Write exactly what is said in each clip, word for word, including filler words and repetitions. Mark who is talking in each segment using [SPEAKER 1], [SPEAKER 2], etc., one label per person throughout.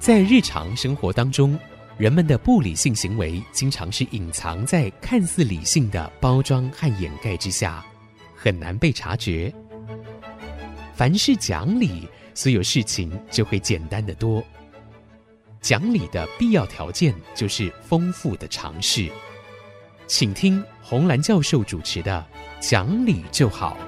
[SPEAKER 1] 在日常生活当中，人们的不理性行为经常是隐藏在看似理性的包装和掩盖之下，很难被察觉。凡事讲理，所有事情就会简单得多。讲理的必要条件就是丰富的常识。请听洪兰教授主持的《讲理就好》。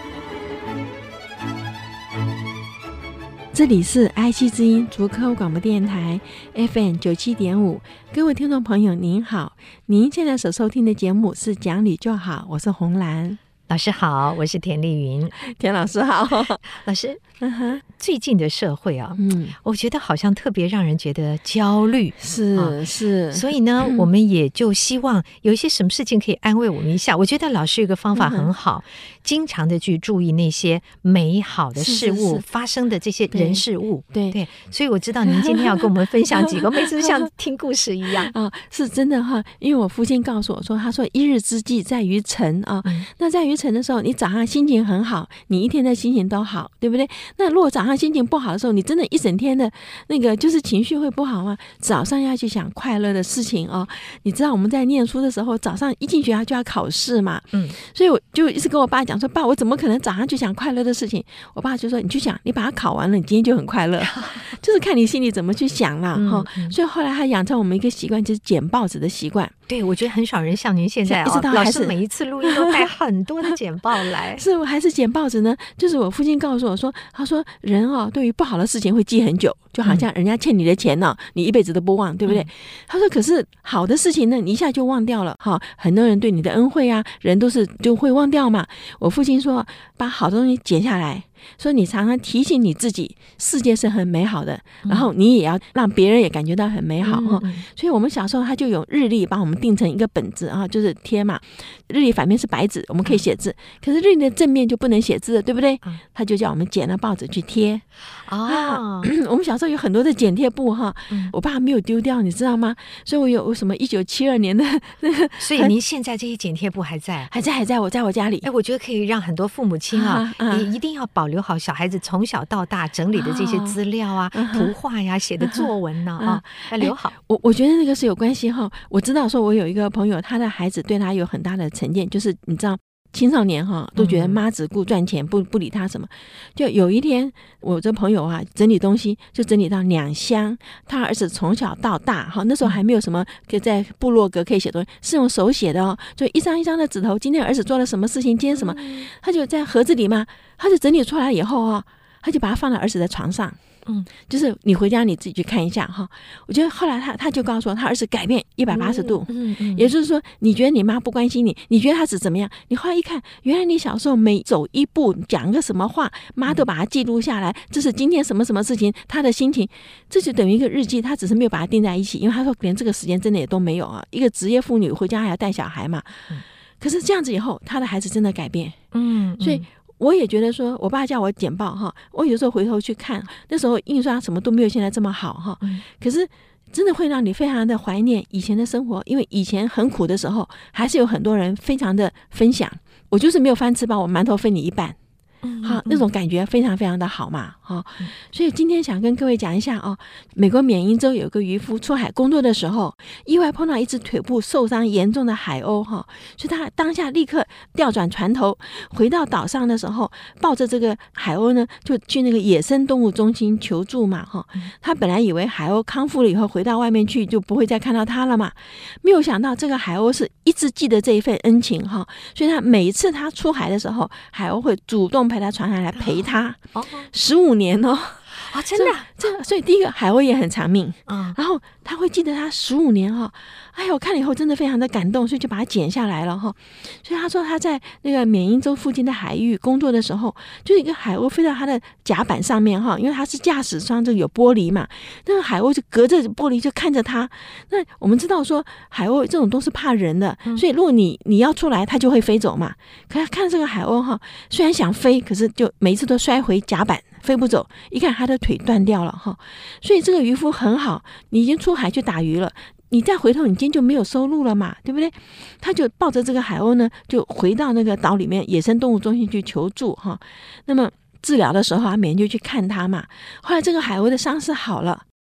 [SPEAKER 2] 这里是 I C 之音竹科广播电台 F M 九七点五，各位听众朋友您好，您现在所收听的节目是讲理就好，我是洪兰。
[SPEAKER 3] 老师好，我是田丽云。
[SPEAKER 2] 田老师好。
[SPEAKER 3] 老师，
[SPEAKER 2] 嗯哼，
[SPEAKER 3] 最近的社会啊，
[SPEAKER 2] 嗯，
[SPEAKER 3] 我觉得好像特别让人觉得焦虑，
[SPEAKER 2] 是、啊、是，
[SPEAKER 3] 所以呢、嗯，我们也就希望有一些什么事情可以安慰我们一下。我觉得老师有个方法很好，嗯、经常的去注意那些美好的事物，是是是发生的这些人事物，
[SPEAKER 2] 对
[SPEAKER 3] 对, 对。所以我知道您今天要跟我们分享几个，每次像听故事一样
[SPEAKER 2] 啊，是真的哈。因为我父亲告诉我说，他说一日之计在于晨啊、嗯，那在于晨的时候，你早上心情很好，你一天的心情都好，对不对？那如果早上心情不好的时候，你真的一整天的那个就是情绪会不好吗？早上要去想快乐的事情哦。你知道我们在念书的时候，早上一进学校就要考试嘛，嗯，所以我就一直跟我爸讲说，爸，我怎么可能早上去想快乐的事情？我爸就说，你去想，你把它考完了，你今天就很快乐，就是看你心里怎么去想啦，哈、嗯嗯。所以后来他养成我们一个习惯，就是捡报纸的习惯。
[SPEAKER 3] 对，我觉得很少人像您现在啊、哦，老师每一次录音都带很多的简报来。
[SPEAKER 2] 是，我还是捡报纸呢？就是我父亲告诉我说，他说人哦，对于不好的事情会记很久，就好像人家欠你的钱呢、哦，你一辈子都不忘，对不对？嗯、他说，可是好的事情呢，你一下就忘掉了哈。很多人对你的恩惠啊，人都是就会忘掉嘛。我父亲说，把好东西捡下来。所以你常常提醒你自己，世界是很美好的，然后你也要让别人也感觉到很美好、嗯嗯、所以我们小时候他就有日历帮我们定成一个本子啊，就是贴嘛。日历反面是白纸，我们可以写字，可是日历的正面就不能写字了，对不对？他就叫我们剪了报纸去贴。哦、啊，我们小时候有很多的剪贴簿哈，我爸没有丢掉，你知道吗？所以我有什么一九七二年的那个，
[SPEAKER 3] 所以您现在这些剪贴簿还在？
[SPEAKER 2] 还在，还在，我在我家里。
[SPEAKER 3] 哎，我觉得可以让很多父母亲啊，啊啊也一定要保留好小孩子从小到大整理的这些资料啊、哦、图画呀、写的作文呢 啊, 啊，要留好。
[SPEAKER 2] 我我觉得那个是有关系哈。我知道说，我有一个朋友，他的孩子对他有很大的成见，就是你知道。青少年哈都觉得妈只顾赚钱，不不理他什么。就有一天，我这朋友啊整理东西，就整理到两箱。他儿子从小到大哈，那时候还没有什么可以在部落格可以写东西，是用手写的哦。就一张一张的纸头，今天儿子做了什么事情，今天什么，他就在盒子里嘛，他就整理出来以后啊，他就把它放在儿子的床上。嗯，就是你回家你自己去看一下哈。我觉得后来他他就告诉我，他儿子改变一百八十度，嗯嗯嗯，也就是说，你觉得你妈不关心你，你觉得他是怎么样？你后来一看，原来你小时候每走一步讲个什么话，妈都把它记录下来，这是今天什么什么事情，他的心情，这就等于一个日记，他只是没有把它定在一起，因为他说连这个时间真的也都没有啊。一个职业妇女回家还要带小孩嘛，嗯、可是这样子以后，他的孩子真的改变，嗯，所以。我也觉得说，我爸叫我剪报哈，我有时候回头去看，那时候印刷什么都没有现在这么好哈，可是真的会让你非常的怀念以前的生活，因为以前很苦的时候，还是有很多人非常的分享。我就是没有饭吃饱，我馒头分你一半。好，那种感觉非常非常的好嘛，哈、哦，所以今天想跟各位讲一下哦，美国缅因州有个渔夫出海工作的时候，意外碰到一只腿部受伤严重的海鸥哈、哦，所以他当下立刻调转船头，回到岛上的时候，抱着这个海鸥呢，就去那个野生动物中心求助嘛，哈、哦，他本来以为海鸥康复了以后回到外面去就不会再看到他了嘛，没有想到这个海鸥是一直记得这一份恩情哈、哦，所以他每一次他出海的时候，海鸥会主动陪他船上来陪他，十五年哦，
[SPEAKER 3] 啊，真的，
[SPEAKER 2] 这所以第一个海鸥也很长命，嗯，然后他会记得他十五年哈、哦，哎呦，我看了以后真的非常的感动，所以就把它剪下来了哈、哦。所以他说他在那个缅因州附近的海域工作的时候，就是一个海鸥飞到他的甲板上面哈，因为他是驾驶舱，这有玻璃嘛，那个海鸥就隔着玻璃就看着他。那我们知道说海鸥这种都是怕人的，所以如果你你要出来，它就会飞走嘛。可是看这个海鸥哈，虽然想飞，可是就每一次都摔回甲板。飞不走，一看他的腿断掉了哈，所以这个渔夫很好，你已经出海去打鱼了，你再回头，你今天就没有收入了嘛，对不对？他就抱着这个海鸥呢，就回到那个岛里面野生动物中心去求助哈。那么治疗的时候啊，每人就去看他嘛。后来这个海鸥的伤势好了。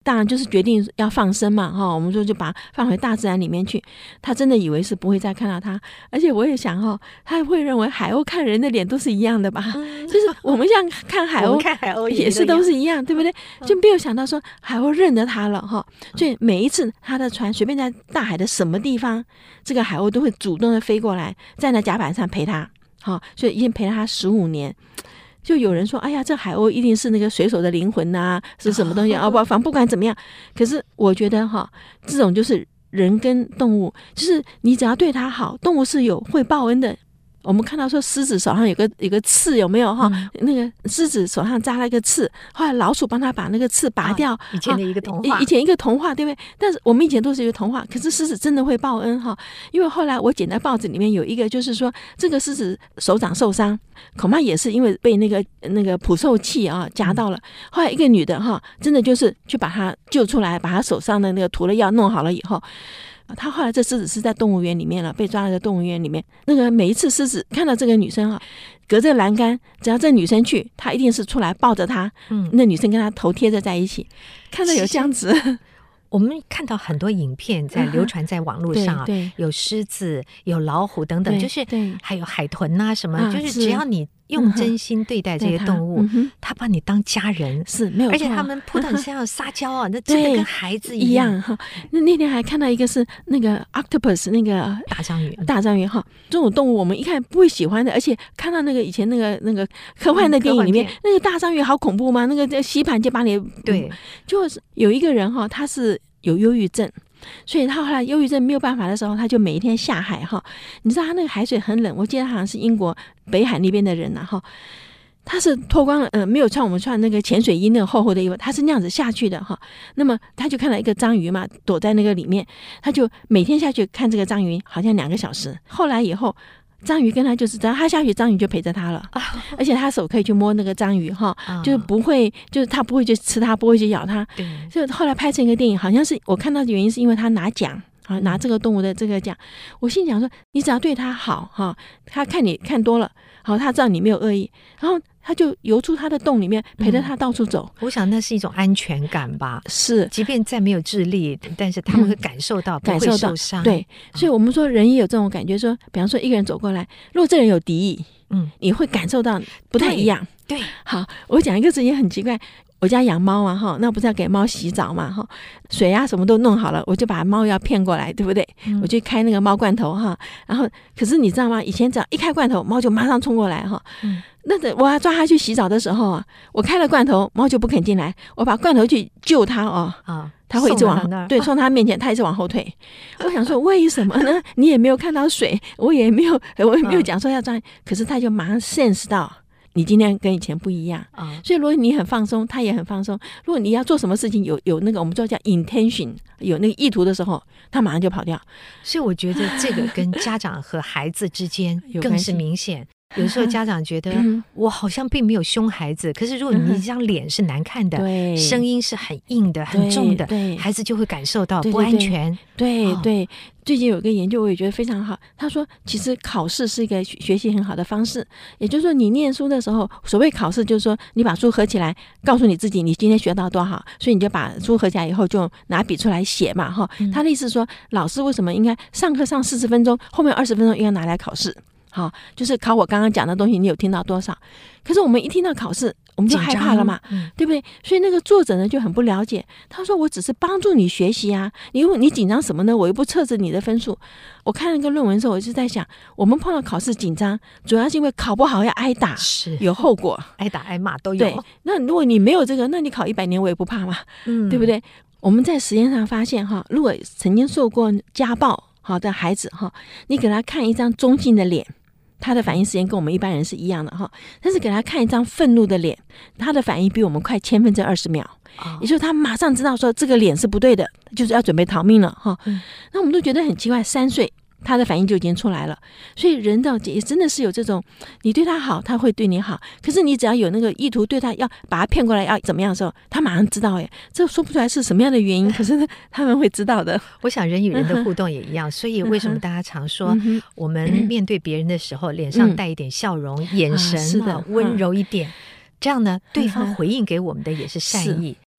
[SPEAKER 2] 当然就是决定要放生嘛，哈，我们说就把它放回大自然里面去。他真的以为是不会再看到他，而且我也想哈，他会认为海鸥看人的脸都是一样的吧？嗯、就是我们像看海鸥，
[SPEAKER 3] 看海鸥
[SPEAKER 2] 也是都是一样，对不对？就没有想到说海鸥认得他了哈，所以每一次他的船随便在大海的什么地方，这个海鸥都会主动的飞过来，站在甲板上陪他，好，所以已经陪了他十五年。就有人说，哎呀，这海鸥一定是那个水手的灵魂呐、啊，是什么东西啊？不，反不管怎么样，可是我觉得哈，这种就是人跟动物，就是你只要对它好，动物是有会报恩的。我们看到说狮子手上有个有个刺，有没有哈、嗯？那个狮子手上扎了一个刺，后来老鼠帮他把那个刺拔掉。啊、
[SPEAKER 3] 以前的一个童话，
[SPEAKER 2] 以前一个童话，对不对？但是我们以前都是一个童话，可是狮子真的会报恩哈。因为后来我捡在报纸里面有一个，就是说这个狮子手掌受伤，恐怕也是因为被那个那个捕兽器啊夹到了。嗯、后来一个女的哈，真的就是去把它救出来，把她手上的那个涂了药弄好了以后。他后来这狮子是在动物园里面了，被抓在动物园里面。那个每一次狮子看到这个女生啊，隔着栏杆，只要这女生去，他一定是出来抱着她。嗯，那女生跟他头贴着在一起，看到有这样子。
[SPEAKER 3] 我们看到很多影片在流传在网络上啊，
[SPEAKER 2] 嗯、
[SPEAKER 3] 有狮子、有老虎等等，就是还有海豚啊什么，啊、就是只要你用真心对待这些动物，嗯、他把你当家人，
[SPEAKER 2] 是没有错，
[SPEAKER 3] 而且他们扑到你身上撒娇啊，那真的跟孩子一样
[SPEAKER 2] 哈。那那天还看到一个是那个 octopus 那个
[SPEAKER 3] 大章鱼，
[SPEAKER 2] 大章鱼哈，这种动物我们一看不会喜欢的，而且看到那个以前那个那个科幻的电影里面，嗯、那个大章鱼好恐怖吗？那个吸盘就把你
[SPEAKER 3] 对，
[SPEAKER 2] 嗯、就是有一个人哈，他是有忧郁症。所以他后来忧郁症没有办法的时候，他就每一天下海哈。你知道他那个海水很冷，我记得好像是英国北海那边的人呐、啊、哈。他是脱光了，呃，没有穿我们穿那个潜水衣那个厚厚的衣服，他是那样子下去的哈。那么他就看到一个章鱼嘛，躲在那个里面，他就每天下去看这个章鱼，好像两个小时。后来以后。章鱼跟他就是只要他下去，章鱼就陪着他了，啊、而且他手可以去摸那个章鱼哈，啊、就是不会，就是他不会去吃它，不会去咬它。对，所以后来拍成一个电影，好像是我看到的原因是因为他拿奖啊，拿这个动物的这个奖。我心想说，你只要对他好哈，他看你看多了，好，他知道你没有恶意，然后他就游出他的洞里面，陪着他到处走。
[SPEAKER 3] 嗯、我想那是一种安全感吧，
[SPEAKER 2] 是，
[SPEAKER 3] 即便再没有智力，但是他们会感受到，不会受伤。
[SPEAKER 2] 对，所以我们说人也有这种感觉说，比方说一个人走过来，如果这人有敌意，嗯，你会感受到不太一样。
[SPEAKER 3] 对，对
[SPEAKER 2] 好，我讲一个事情很奇怪。我家养猫啊哈，那不是要给猫洗澡嘛哈，水啊什么都弄好了，我就把猫要骗过来，对不对？嗯、我就开那个猫罐头哈，然后可是你知道吗？以前只要一开罐头，猫就马上冲过来哈。嗯、那等我要抓它去洗澡的时候啊，我开了罐头，猫就不肯进来，我把罐头去救它哦。啊他会一直往对送他面前，他一直往后退。我想说为什么呢？你也没有看到水，我也没有，我也没有讲说要抓，嗯、可是他就马上 sense 到。你今天跟以前不一样，嗯、所以如果你很放松，他也很放松。如果你要做什么事情有有那个我们说叫 intention， 有那个意图的时候，他马上就跑掉。
[SPEAKER 3] 所以我觉得这个跟家长和孩子之间更是明显。有时候家长觉得我好像并没有凶孩子，可是如果你一张脸是难看的，嗯、声音是很硬的、很重的，孩子就会感受到不安全。
[SPEAKER 2] 对 对, 对, 对、哦，最近有一个研究我也觉得非常好，他说其实考试是一个学习很好的方式，也就是说你念书的时候，所谓考试就是说你把书合起来，告诉你自己你今天学到多少，所以你就把书合起来以后就拿笔出来写嘛哈。嗯、他的意思是说，老师为什么应该上课上四十分钟，后面二十分钟应该拿来考试？好，就是考我刚刚讲的东西，你有听到多少？可是我们一听到考试，我们就害怕了嘛，嗯、对不对？所以那个作者呢就很不了解，他说我只是帮助你学习啊，你你紧张什么呢？我又不测试你的分数。我看那个论文的时候，我就在想，我们碰到考试紧张，主要是因为考不好要挨打，是有后果，
[SPEAKER 3] 挨打挨骂都有。
[SPEAKER 2] 对，那如果你没有这个，那你考一百年我也不怕嘛，嗯，对不对？我们在实验上发现哈，如果曾经受过家暴好的孩子哈，你给他看一张中性的脸。他的反应时间跟我们一般人是一样的哈，但是给他看一张愤怒的脸，他的反应比我们快千分之二十秒，哦、也就是他马上知道说这个脸是不对的，就是要准备逃命了哈。嗯、那我们都觉得很奇怪，三岁他的反应就已经出来了，所以人的也真的是有这种，你对他好，他会对你好，可是你只要有那个意图对他要把他骗过来要怎么样的时候，他马上知道耶，这说不出来是什么样的原因，可是他们会知道的。
[SPEAKER 3] 我想人与人的互动也一样，所以为什么大家常说我们面对别人的时候脸上带一点笑容，嗯、眼神、啊、温柔一点，这样呢对方回应给我们的也是善意。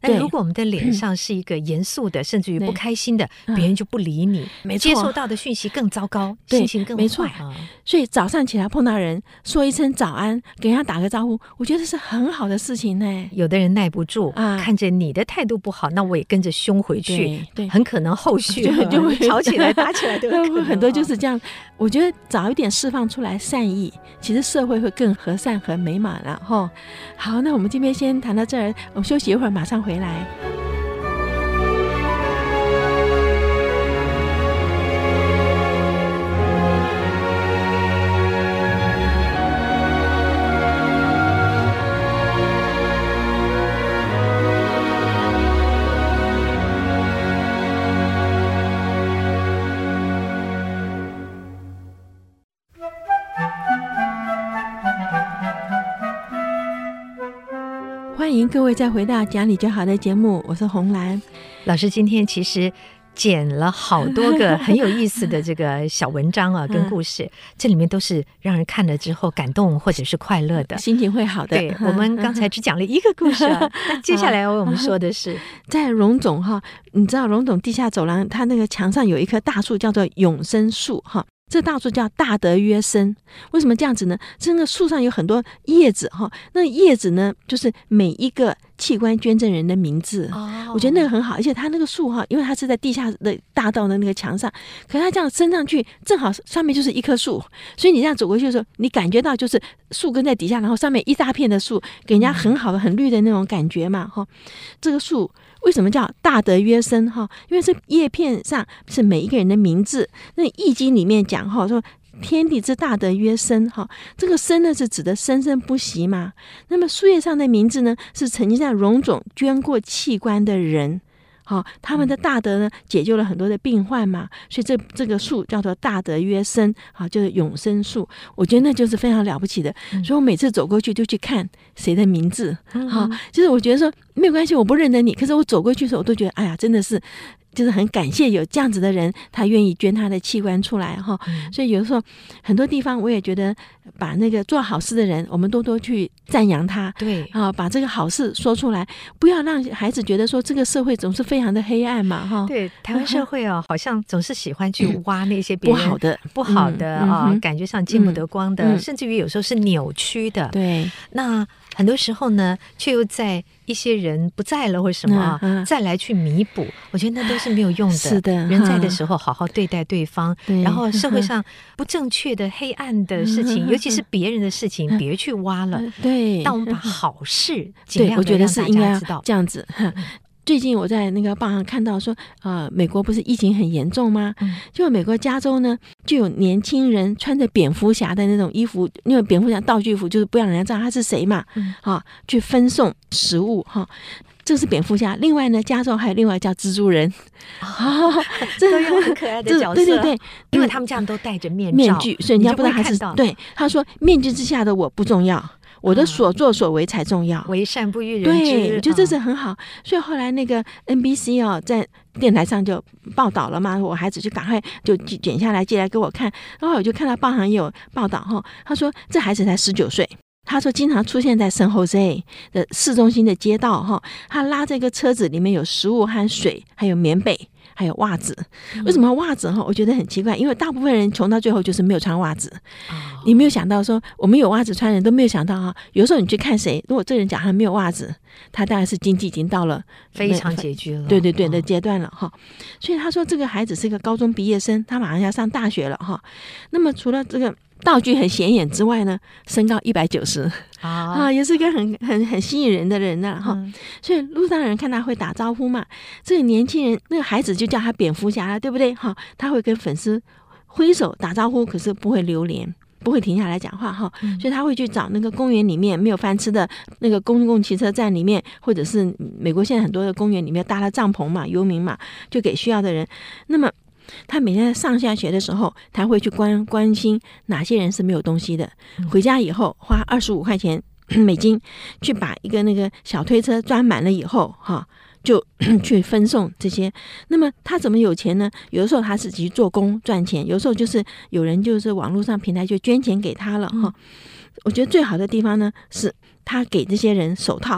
[SPEAKER 3] 但如果我们的脸上是一个严肃的，甚至于不开心的，别人就不理你，
[SPEAKER 2] 没错，
[SPEAKER 3] 接受到的讯息更糟糕，心情更坏。
[SPEAKER 2] 没错，所以早上起来碰到人，说一声早安，给人家打个招呼，我觉得是很好的事情呢。
[SPEAKER 3] 有的人耐不住啊，看着你的态度不好，那我也跟着凶回去，
[SPEAKER 2] 对，对，
[SPEAKER 3] 很可能后续就就会吵起来、打起来，对，
[SPEAKER 2] 很多就是这样。我觉得早一点释放出来善意，其实社会会更和善和美满了哈。好，那我们今天先谈到这儿，我们休息一会儿，马上回来。欢迎各位再回到讲理就好的节目，我是洪兰
[SPEAKER 3] 老师。今天其实剪了好多个很有意思的这个小文章啊，跟故事，这里面都是让人看了之后感动或者是快乐的，
[SPEAKER 2] 心情会好的。
[SPEAKER 3] 对，我们刚才只讲了一个故事啊，那接下来我们说的是
[SPEAKER 2] 在荣总哈，你知道荣总地下走廊，它那个墙上有一棵大树叫做永生树哈。这大树叫大德约森，为什么这样子呢？这个树上有很多叶子哈，那叶子呢，就是每一个器官捐赠人的名字。哦，我觉得那个很好，而且它那个树哈，因为它是在地下的大道的那个墙上，可是它这样升上去，正好上面就是一棵树，所以你这样走过去的时候，你感觉到就是树根在底下，然后上面一大片的树，给人家很好的、很绿的那种感觉嘛哈。这个树为什么叫大德约森哈？因为这叶片上是每一个人的名字。那易经里面讲哈，说天地之大德约生哈，这个生呢是指的生生不息嘛。那么树叶上的名字呢，是曾经在荣总捐过器官的人。好，他们的大德呢，解救了很多的病患嘛，所以这这个树叫做大德约生，好，就是永生树。我觉得那就是非常了不起的，所以我每次走过去就去看谁的名字，好，就是我觉得说没有关系，我不认得你，可是我走过去的时候，我都觉得哎呀，真的是。就是很感谢有这样子的人，他愿意捐他的器官出来哈、嗯。所以有时候很多地方我也觉得，把那个做好事的人，我们多多去赞扬他，
[SPEAKER 3] 对
[SPEAKER 2] 啊，把这个好事说出来，不要让孩子觉得说这个社会总是非常的黑暗嘛哈。
[SPEAKER 3] 对，台湾社会哦，好像总是喜欢去挖那些别人
[SPEAKER 2] 不好的、
[SPEAKER 3] 不好的啊、嗯，感觉上见不得光的、嗯，甚至于有时候是扭曲的。
[SPEAKER 2] 对，
[SPEAKER 3] 那很多时候呢，却又在一些人不在了或什么啊、嗯嗯，再来去弥补，我觉得那都是没有用的。
[SPEAKER 2] 是的，
[SPEAKER 3] 人在的时候好好对待对方，然后社会上不正确的、黑暗的事情，尤其是别人的事情，别去挖了。
[SPEAKER 2] 对，
[SPEAKER 3] 但我们把好事尽量
[SPEAKER 2] 我觉得是应该
[SPEAKER 3] 知道
[SPEAKER 2] 这样子。最近我在那个报上看到说，呃，美国不是疫情很严重吗？嗯、就美国加州呢，就有年轻人穿着蝙蝠侠的那种衣服，因为蝙蝠侠道具服就是不让人家知道他是谁嘛，嗯、啊，去分送食物哈。这是蝙蝠侠，另外呢，加州还有另外叫蜘蛛人，
[SPEAKER 3] 哦，这都有很可爱的角色，
[SPEAKER 2] 对对对，
[SPEAKER 3] 因为他们这样都戴着面
[SPEAKER 2] 面具，所以人家不知道他是对。他说，面具之下的我不重要。我的所作所为才重要，
[SPEAKER 3] 为善不欲人知。
[SPEAKER 2] 对，就这是很好。所以后来那个 N B C 哦，在电台上就报道了嘛，我孩子就赶快就剪下来寄来给我看，然后我就看到报上也有报道哈，他说这孩子才十九岁。他说经常出现在圣荷西的市中心的街道哈，他拉这个车子里面有食物和水，还有棉被。还有袜子，为什么袜子哈？我觉得很奇怪，因为大部分人穷到最后就是没有穿袜子。哦、你没有想到说，我们有袜子穿的人都没有想到哈。有时候你去看谁，如果这人讲他没有袜子，他大概是经济已经到了
[SPEAKER 3] 非常拮据了，
[SPEAKER 2] 对对对的阶段了哈、哦。所以他说这个孩子是个高中毕业生，他马上要上大学了哈。那么除了这个道具很显眼之外呢，身高一百九十啊，也是一个很很很吸引人的人呢哈、嗯。所以路上的人看他会打招呼嘛，这个年轻人那个孩子就叫他蝙蝠侠了，对不对哈？他会跟粉丝挥手打招呼，可是不会流连，不会停下来讲话哈。所以他会去找那个公园里面没有饭吃的那个公共汽车站里面，或者是美国现在很多的公园里面搭了帐篷嘛，游民嘛，就给需要的人。那么他每天上下学的时候，他会去关关心哪些人是没有东西的。回家以后花二十五块钱美金去把一个那个小推车装满了以后，哈，就去分送这些。那么他怎么有钱呢？有的时候他自己做工赚钱，有时候就是有人就是网络上平台就捐钱给他了哈。我觉得最好的地方呢，是他给这些人手套。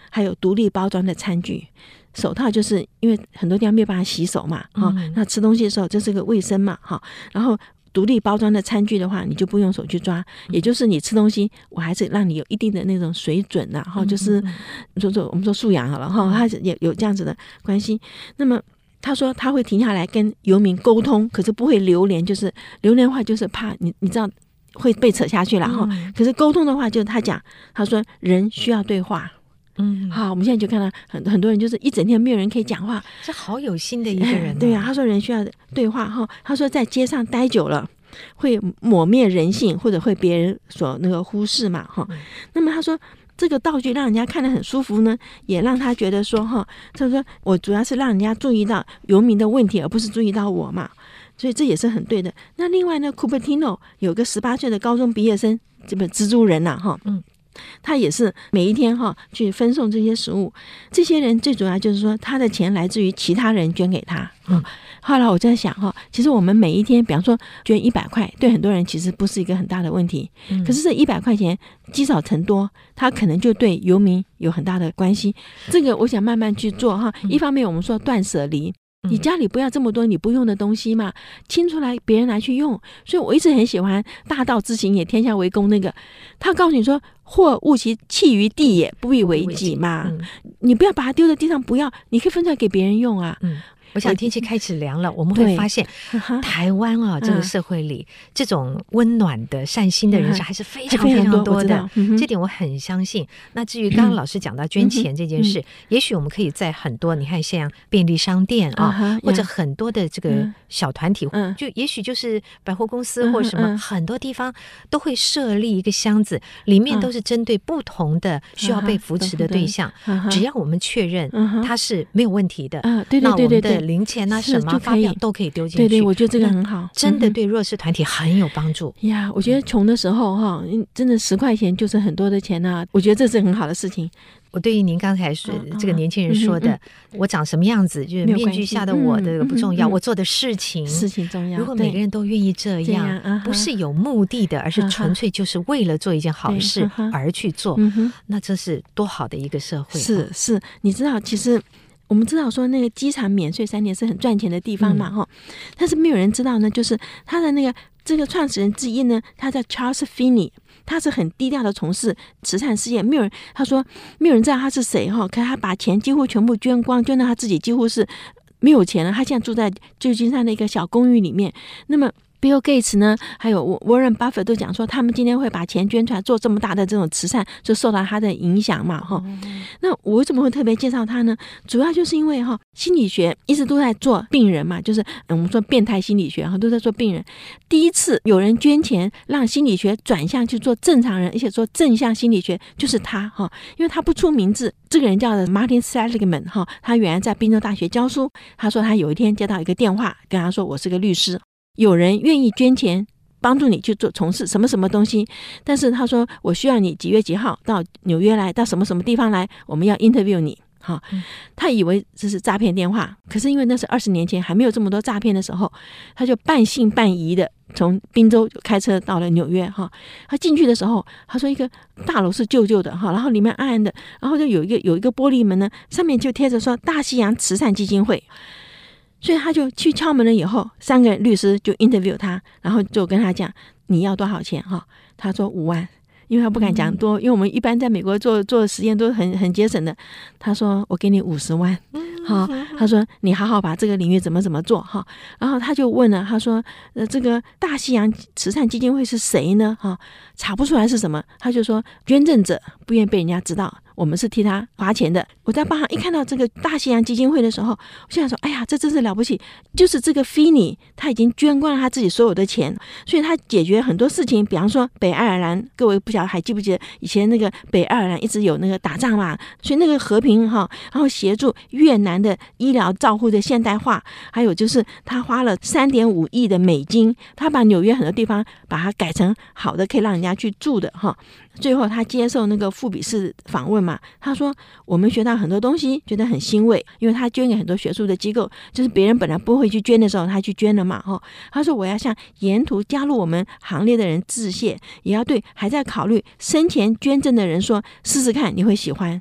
[SPEAKER 2] 还有独立包装的餐具。手套就是因为很多地方没有办法洗手嘛，哈、嗯，那吃东西的时候这是个卫生嘛，哈，然后独立包装的餐具的话，你就不用手去抓，也就是你吃东西，我还是让你有一定的那种水准呐、啊，哈，就是说说我们说素养好了哈，它也有这样子的关系。那么他说他会停下来跟游民沟通，可是不会流连，就是流连的话就是怕你你知道会被扯下去了哈、嗯。可是沟通的话，就是他讲，他说人需要对话。嗯，好，我们现在就看到很很多人就是一整天没有人可以讲话，
[SPEAKER 3] 这好有心的一个人、哦。
[SPEAKER 2] 对啊，他说人需要对话哈。他说在街上待久了会抹灭人性，或者会别人所那个忽视嘛哈、嗯。那么他说这个道具让人家看得很舒服呢，也让他觉得说哈，他说我主要是让人家注意到游民的问题，而不是注意到我嘛。所以这也是很对的。那另外呢 ，Cupertino 有个十八岁的高中毕业生，这本蜘蛛人呐、啊、哈，嗯。他也是每一天哈去分送这些食物，这些人最主要就是说他的钱来自于其他人捐给他。嗯，后来我在想哈，其实我们每一天，比方说捐一百块，对很多人其实不是一个很大的问题。嗯，可是这一百块钱积少成多，他可能就对游民有很大的关系。这个我想慢慢去做哈。一方面我们说断舍离。你家里不要这么多你不用的东西嘛，清出来别人拿去用。所以我一直很喜欢大道之行也天下为公那个，他告诉你说或物其弃于地也，不以为己嘛、嗯、你不要把它丢在地上，不要，你可以分出来给别人用啊。嗯，
[SPEAKER 3] 我想天气开始凉了，我们会发现台湾啊、嗯、这个社会里、嗯、这种温暖的善心的人士还是非常非常多的、嗯、这点我很相信。那至于刚刚老师讲到捐钱这件事、嗯、也许我们可以在很多你看像便利商店啊、嗯、或者很多的这个小团体、嗯、就也许就是百货公司或者什么、嗯、很多地方都会设立一个箱子，里面都是针对不同的需要被扶持的对象、嗯、只要我们确认它是没有问题的、嗯、对对对对对，零钱啊什么发票都可以丢进去。
[SPEAKER 2] 对对，我觉得这个很好，
[SPEAKER 3] 真的对弱势团体很有帮助
[SPEAKER 2] 呀、嗯。我觉得穷的时候哈，真的十块钱就是很多的钱啊，我觉得这是很好的事情。
[SPEAKER 3] 我对于您刚才说、嗯、这个年轻人说的、嗯嗯、我长什么样子就是面具下的我的、嗯、不重要、嗯嗯、我做的事情
[SPEAKER 2] 事情重要。
[SPEAKER 3] 如果每个人都愿意这样, 这样、啊、不是有目的的，而是纯粹就是为了做一件好事而去做、嗯、那这是多好的一个社会。
[SPEAKER 2] 是是，你知道其实我们知道说那个机场免税三年是很赚钱的地方嘛哈、嗯，但是没有人知道呢，就是他的那个这个创始人之一呢，他叫 Charles Finney， 他是很低调的从事慈善事业，没有人他说没有人知道他是谁哈，可是他把钱几乎全部捐光，捐到他自己几乎是没有钱了。他现在住在旧金山的一个小公寓里面。那么Bill Gates 呢，还有 Warren Buffett 都讲说，他们今天会把钱捐出来做这么大的这种慈善，就受到他的影响嘛，哈、嗯。那我为什么会特别介绍他呢？主要就是因为哈，心理学一直都在做病人嘛，就是我们说变态心理学哈，都在做病人。第一次有人捐钱让心理学转向去做正常人，而且做正向心理学，就是他哈，因为他不出名字，这个人叫 Martin Seligman 哈，他原来在宾州大学教书。他说他有一天接到一个电话，跟他说我是个律师。有人愿意捐钱帮助你去做从事什么什么东西，但是他说我需要你几月几号到纽约来，到什么什么地方来，我们要 interview 你。好，他以为这是诈骗电话，可是因为那是二十年前还没有这么多诈骗的时候，他就半信半疑的从宾州开车到了纽约哈。他进去的时候，他说一个大楼是旧旧的哈，然后里面暗暗的，然后就有一个有一个玻璃门呢，上面就贴着说大西洋慈善基金会。所以他就去敲门了，以后三个律师就 interview 他，然后就跟他讲你要多少钱哈？他说五万，因为他不敢讲多，因为我们一般在美国做做实验都很很节省的。他说我给你五十万，好，他说你好好把这个领域怎么怎么做哈。然后他就问了，他说呃这个大西洋慈善基金会是谁呢？哈，查不出来是什么，他就说捐赠者不愿意被人家知道。我们是替他花钱的。我在帮他一看到这个大西洋基金会的时候，我想说哎呀这真是了不起，就是这个 Finney 他已经捐光了他自己所有的钱，所以他解决很多事情。比方说北爱尔兰，各位不晓得还记不记得以前那个北爱尔兰一直有那个打仗嘛，所以那个和平哈，然后协助越南的医疗照护的现代化，还有就是他花了三点五亿的美金，他把纽约很多地方把它改成好的可以让人家去住的哈。最后他接受那个富比士访问嘛，他说我们学到很多东西，觉得很欣慰，因为他捐给很多学术的机构，就是别人本来不会去捐的时候他去捐了嘛。他说我要向沿途加入我们行列的人致谢，也要对还在考虑生前捐赠的人说试试看你会喜欢。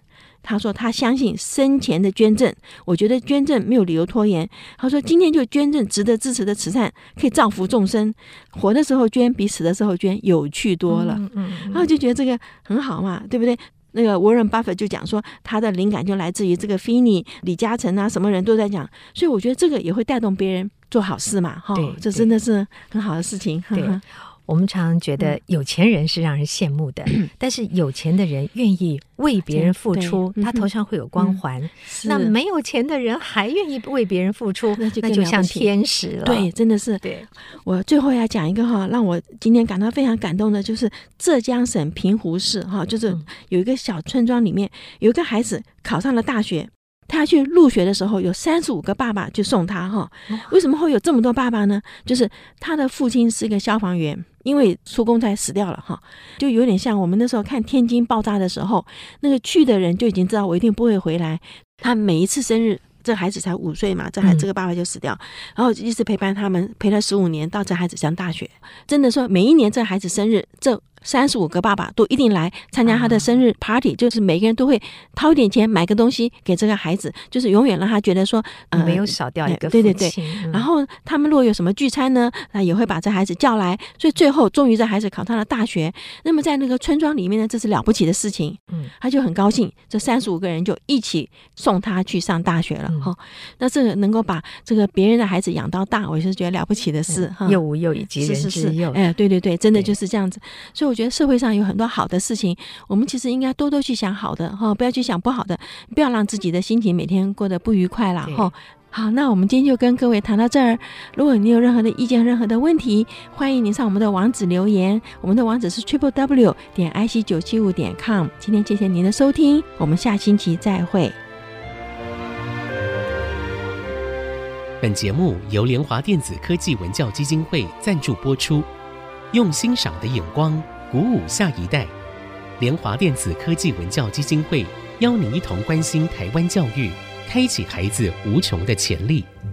[SPEAKER 2] 他说他相信生前的捐赠，我觉得捐赠没有理由拖延。他说今天就捐赠值得支持的慈善，可以造福众生，活的时候捐比死的时候捐有趣多了。嗯嗯嗯，然后就觉得这个很好嘛，对不对？那个沃伦巴菲特就讲说，他的灵感就来自于这个菲尼、李嘉诚啊，什么人都在讲，所以我觉得这个也会带动别人做好事嘛，哈，这真的是很好的事情。
[SPEAKER 3] 对，我们常常觉得有钱人是让人羡慕的，嗯、但是有钱的人愿意为别人付出，他头上会有光环。嗯、那没有钱的人还愿意为别人付出，那就, 那就像天使了。
[SPEAKER 2] 对，真的是。对，我最后要讲一个哈，让我今天感到非常感动的，就是浙江省平湖市哈，就是有一个小村庄里面有一个孩子考上了大学。他去入学的时候，有三十五个爸爸去送他哈。为什么会有这么多爸爸呢？就是他的父亲是一个消防员，因为出公差死掉了哈，就有点像我们那时候看天津爆炸的时候，那个去的人就已经知道我一定不会回来。他每一次生日，这孩子才五岁嘛，这孩这个爸爸就死掉，嗯、然后一直陪伴他们，陪了十五年，到这孩子上大学。真的说，每一年这孩子生日，这三十五个爸爸都一定来参加他的生日 party，、嗯、就是每个人都会掏一点钱买个东西给这个孩子，就是永远让他觉得说，
[SPEAKER 3] 呃、没有少掉一个父亲。对对对。
[SPEAKER 2] 嗯、然后他们如果有什么聚餐呢，那也会把这孩子叫来，所以最后终于这孩子考上了大学。那么在那个村庄里面呢，这是了不起的事情。嗯，他就很高兴，这三十五个人就一起送他去上大学了哈、嗯。那这个能够把这个别人的孩子养到大，我是觉得了不起的事哈。
[SPEAKER 3] 幼吾幼以及人之幼。
[SPEAKER 2] 哎，对对对，真的就是这样子。所以我觉得社会上有很多好的事情，我们其实应该多多去想好的哈，不要去想不好的，不要让自己的心情每天过得不愉快了哈。好，那我们今天就跟各位谈到这儿。如果你有任何的意见、任何的问题，欢迎您上我们的网址留言。我们的网址是 triple w 点 i c 九七五点 com。今天谢谢您的收听，我们下星期再会。
[SPEAKER 1] 本节目由联华电子科技文教基金会赞助播出，用欣赏的眼光鼓舞下一代。联华电子科技文教基金会邀您一同关心台湾教育，开启孩子无穷的潜力。